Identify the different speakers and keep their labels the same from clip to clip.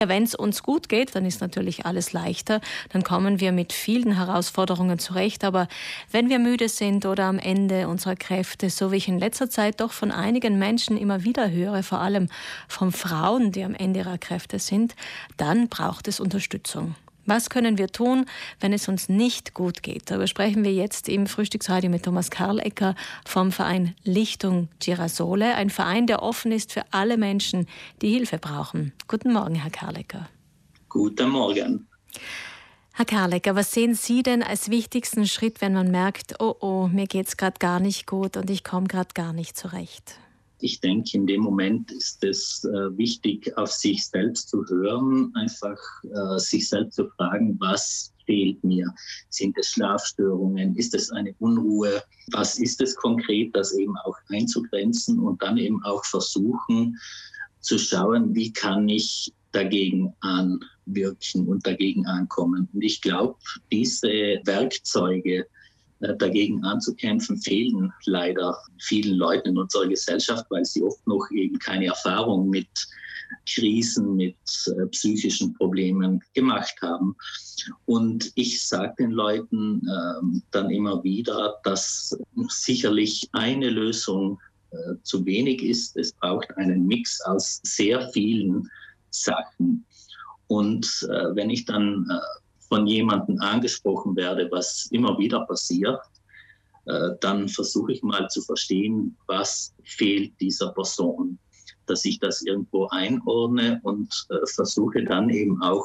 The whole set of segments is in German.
Speaker 1: Wenn es uns gut geht, dann ist natürlich alles leichter. Dann kommen wir mit vielen Herausforderungen zurecht. Aber wenn wir müde sind oder am Ende unserer Kräfte, so wie ich in letzter Zeit doch von einigen Menschen immer wieder höre, vor allem von Frauen, die am Ende ihrer Kräfte sind, dann braucht es Unterstützung. Was können wir tun, wenn es uns nicht gut geht? Darüber sprechen wir jetzt im Frühstücksradio mit Thomas Karlecker vom Verein Lichtung Girasole. Ein Verein, der offen ist für alle Menschen, die Hilfe brauchen. Guten Morgen, Herr Karlecker.
Speaker 2: Guten Morgen.
Speaker 1: Herr Karlecker, was sehen Sie denn als wichtigsten Schritt, wenn man merkt, oh, mir geht's gerade gar nicht gut und ich komme gerade gar nicht zurecht?
Speaker 2: Ich denke, in dem Moment ist es wichtig, auf sich selbst zu hören, einfach sich selbst zu fragen, was fehlt mir? Sind es Schlafstörungen? Ist es eine Unruhe? Was ist es konkret, das eben auch einzugrenzen und dann eben auch versuchen zu schauen, wie kann ich dagegen anwirken und dagegen ankommen? Und ich glaube, diese Werkzeuge, dagegen anzukämpfen, fehlen leider vielen Leuten in unserer Gesellschaft, weil sie oft noch eben keine Erfahrung mit Krisen, mit psychischen Problemen gemacht haben. Und ich sage den Leuten dann immer wieder, dass sicherlich eine Lösung zu wenig ist. Es braucht einen Mix aus sehr vielen Sachen. Und wenn ich dann von jemandem angesprochen werde, was immer wieder passiert, dann versuche ich mal zu verstehen, was fehlt dieser Person, dass ich das irgendwo einordne und versuche dann eben auch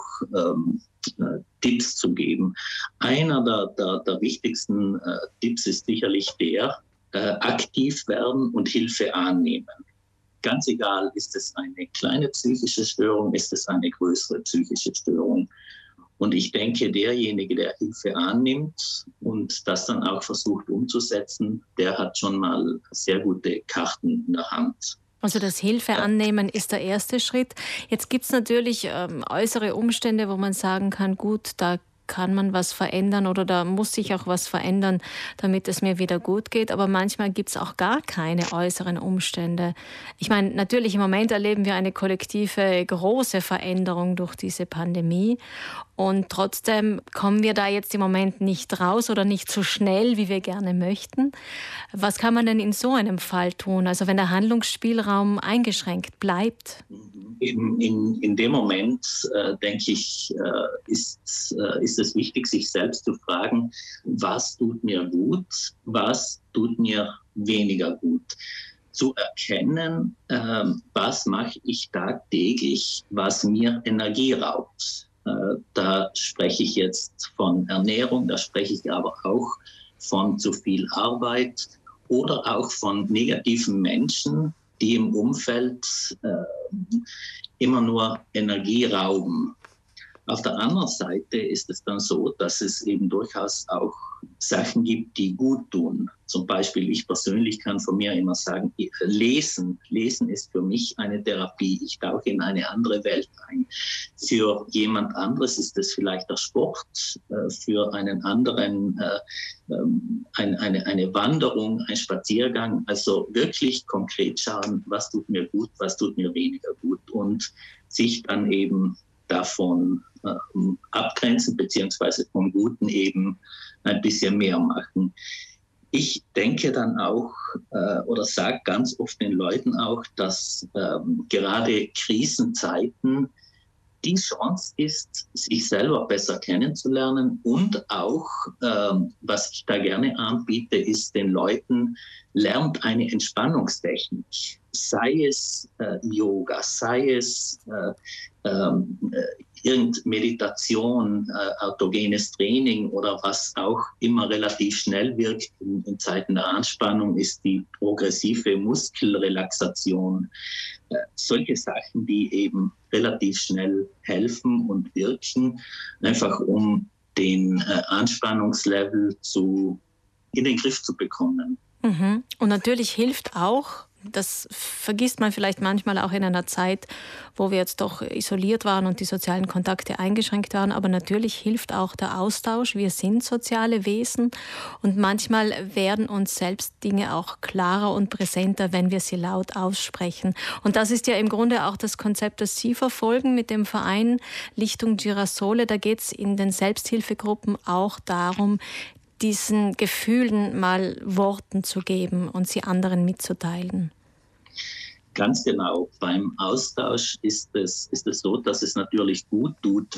Speaker 2: Tipps zu geben. Einer der wichtigsten Tipps ist sicherlich der, aktiv werden und Hilfe annehmen. Ganz egal, ist es eine kleine psychische Störung, ist es eine größere psychische Störung. Und ich denke, derjenige, der Hilfe annimmt und das dann auch versucht umzusetzen, der hat schon mal sehr gute Karten in der Hand.
Speaker 1: Also das Hilfe annehmen ist der erste Schritt. Jetzt gibt es natürlich äußere Umstände, wo man sagen kann, gut, da kann man was verändern oder da muss sich auch was verändern, damit es mir wieder gut geht. Aber manchmal gibt es auch gar keine äußeren Umstände. Ich meine, natürlich im Moment erleben wir eine kollektive große Veränderung durch diese Pandemie. Und trotzdem kommen wir da jetzt im Moment nicht raus oder nicht so schnell, wie wir gerne möchten. Was kann man denn in so einem Fall tun? Also wenn der Handlungsspielraum eingeschränkt bleibt?
Speaker 2: In dem Moment, denke ich, ist es wichtig, sich selbst zu fragen, was tut mir gut, was tut mir weniger gut. Zu erkennen, was mache ich tagtäglich, was mir Energie raubt. Da spreche ich jetzt von Ernährung, da spreche ich aber auch von zu viel Arbeit oder auch von negativen Menschen, die im Umfeld immer nur Energie rauben. Auf der anderen Seite ist es dann so, dass es eben durchaus auch Sachen gibt, die gut tun. Zum Beispiel, ich persönlich kann von mir immer sagen, Lesen ist für mich eine Therapie. Ich tauche in eine andere Welt ein. Für jemand anderes ist es vielleicht der Sport, für einen anderen eine Wanderung, ein Spaziergang. Also wirklich konkret schauen, was tut mir gut, was tut mir weniger gut und sich dann eben davon abgrenzen, beziehungsweise vom Guten eben ein bisschen mehr machen. Ich denke dann auch oder sage ganz oft den Leuten auch, dass gerade Krisenzeiten die Chance ist, sich selber besser kennenzulernen und auch, was ich da gerne anbiete, ist den Leuten, lernt eine Entspannungstechnik. Sei es Yoga, sei es Meditation, autogenes Training oder was auch immer relativ schnell wirkt in Zeiten der Anspannung, ist die progressive Muskelrelaxation. Solche Sachen, die eben relativ schnell helfen und wirken, einfach um den Anspannungslevel in den Griff zu bekommen.
Speaker 1: Mhm. Und natürlich hilft auch Das vergisst man vielleicht manchmal auch in einer Zeit, wo wir jetzt doch isoliert waren und die sozialen Kontakte eingeschränkt waren. Aber natürlich hilft auch der Austausch. Wir sind soziale Wesen und manchmal werden uns selbst Dinge auch klarer und präsenter, wenn wir sie laut aussprechen. Und das ist ja im Grunde auch das Konzept, das Sie verfolgen mit dem Verein Lichtung Girasole. Da geht es in den Selbsthilfegruppen auch darum, diesen Gefühlen mal Worten zu geben und sie anderen mitzuteilen.
Speaker 2: Ganz genau. Beim Austausch ist es so, dass es natürlich gut tut,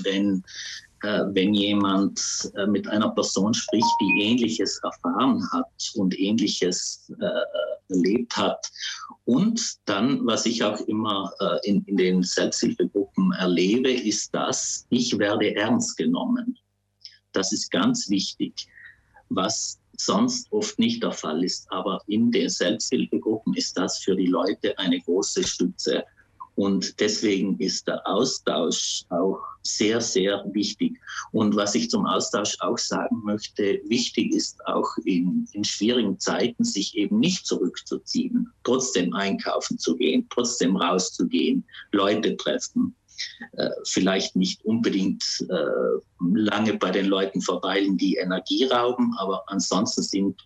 Speaker 2: wenn jemand mit einer Person spricht, die Ähnliches erfahren hat und Ähnliches erlebt hat. Und dann, was ich auch immer in den Selbsthilfegruppen erlebe, ist das, ich werde ernst genommen. Das ist ganz wichtig, was sonst oft nicht der Fall ist. Aber in den Selbsthilfegruppen ist das für die Leute eine große Stütze. Und deswegen ist der Austausch auch sehr, sehr wichtig. Und was ich zum Austausch auch sagen möchte, wichtig ist auch in schwierigen Zeiten, sich eben nicht zurückzuziehen, trotzdem einkaufen zu gehen, trotzdem rauszugehen, Leute treffen. Vielleicht nicht unbedingt lange bei den Leuten verweilen, die Energie rauben, aber ansonsten sind,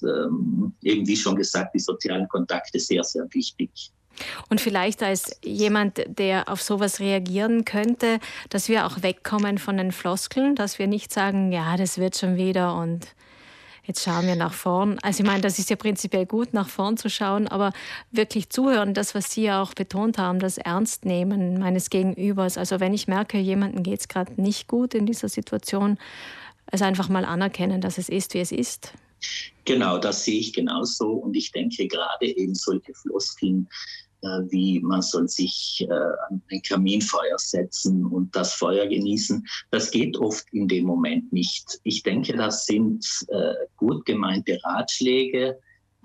Speaker 2: eben wie schon gesagt, die sozialen Kontakte sehr, sehr wichtig.
Speaker 1: Und vielleicht als jemand, der auf sowas reagieren könnte, dass wir auch wegkommen von den Floskeln, dass wir nicht sagen, ja, das wird schon wieder und jetzt schauen wir nach vorn. Also ich meine, das ist ja prinzipiell gut, nach vorn zu schauen, aber wirklich zuhören, das, was Sie ja auch betont haben, das Ernstnehmen meines Gegenübers. Also wenn ich merke, jemandem geht es gerade nicht gut in dieser Situation, also einfach mal anerkennen, dass es ist, wie es ist.
Speaker 2: Genau, das sehe ich genauso. Und ich denke gerade eben solche Floskeln, wie man soll sich an ein Kaminfeuer setzen und das Feuer genießen, das geht oft in dem Moment nicht. Ich denke, das sind gut gemeinte Ratschläge,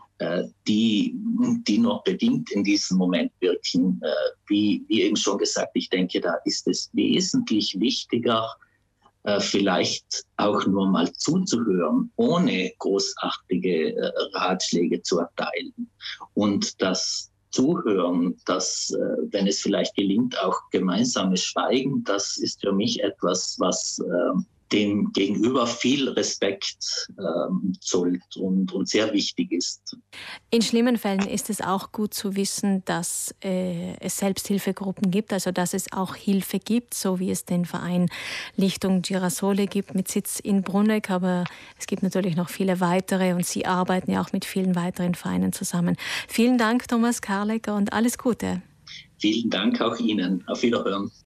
Speaker 2: die noch bedingt in diesem Moment wirken. Wie eben schon gesagt, ich denke, da ist es wesentlich wichtiger, vielleicht auch nur mal zuzuhören, ohne großartige Ratschläge zu erteilen. Und das Zuhören, das, wenn es vielleicht gelingt, auch gemeinsames Schweigen, das ist für mich etwas, was dem Gegenüber viel Respekt zollt und sehr wichtig ist.
Speaker 1: In schlimmen Fällen ist es auch gut zu wissen, dass es Selbsthilfegruppen gibt, also dass es auch Hilfe gibt, so wie es den Verein Lichtung Girasole gibt mit Sitz in Bruneck, aber es gibt natürlich noch viele weitere und Sie arbeiten ja auch mit vielen weiteren Vereinen zusammen. Vielen Dank, Thomas Karlecker, und alles Gute.
Speaker 2: Vielen Dank auch Ihnen. Auf Wiederhören.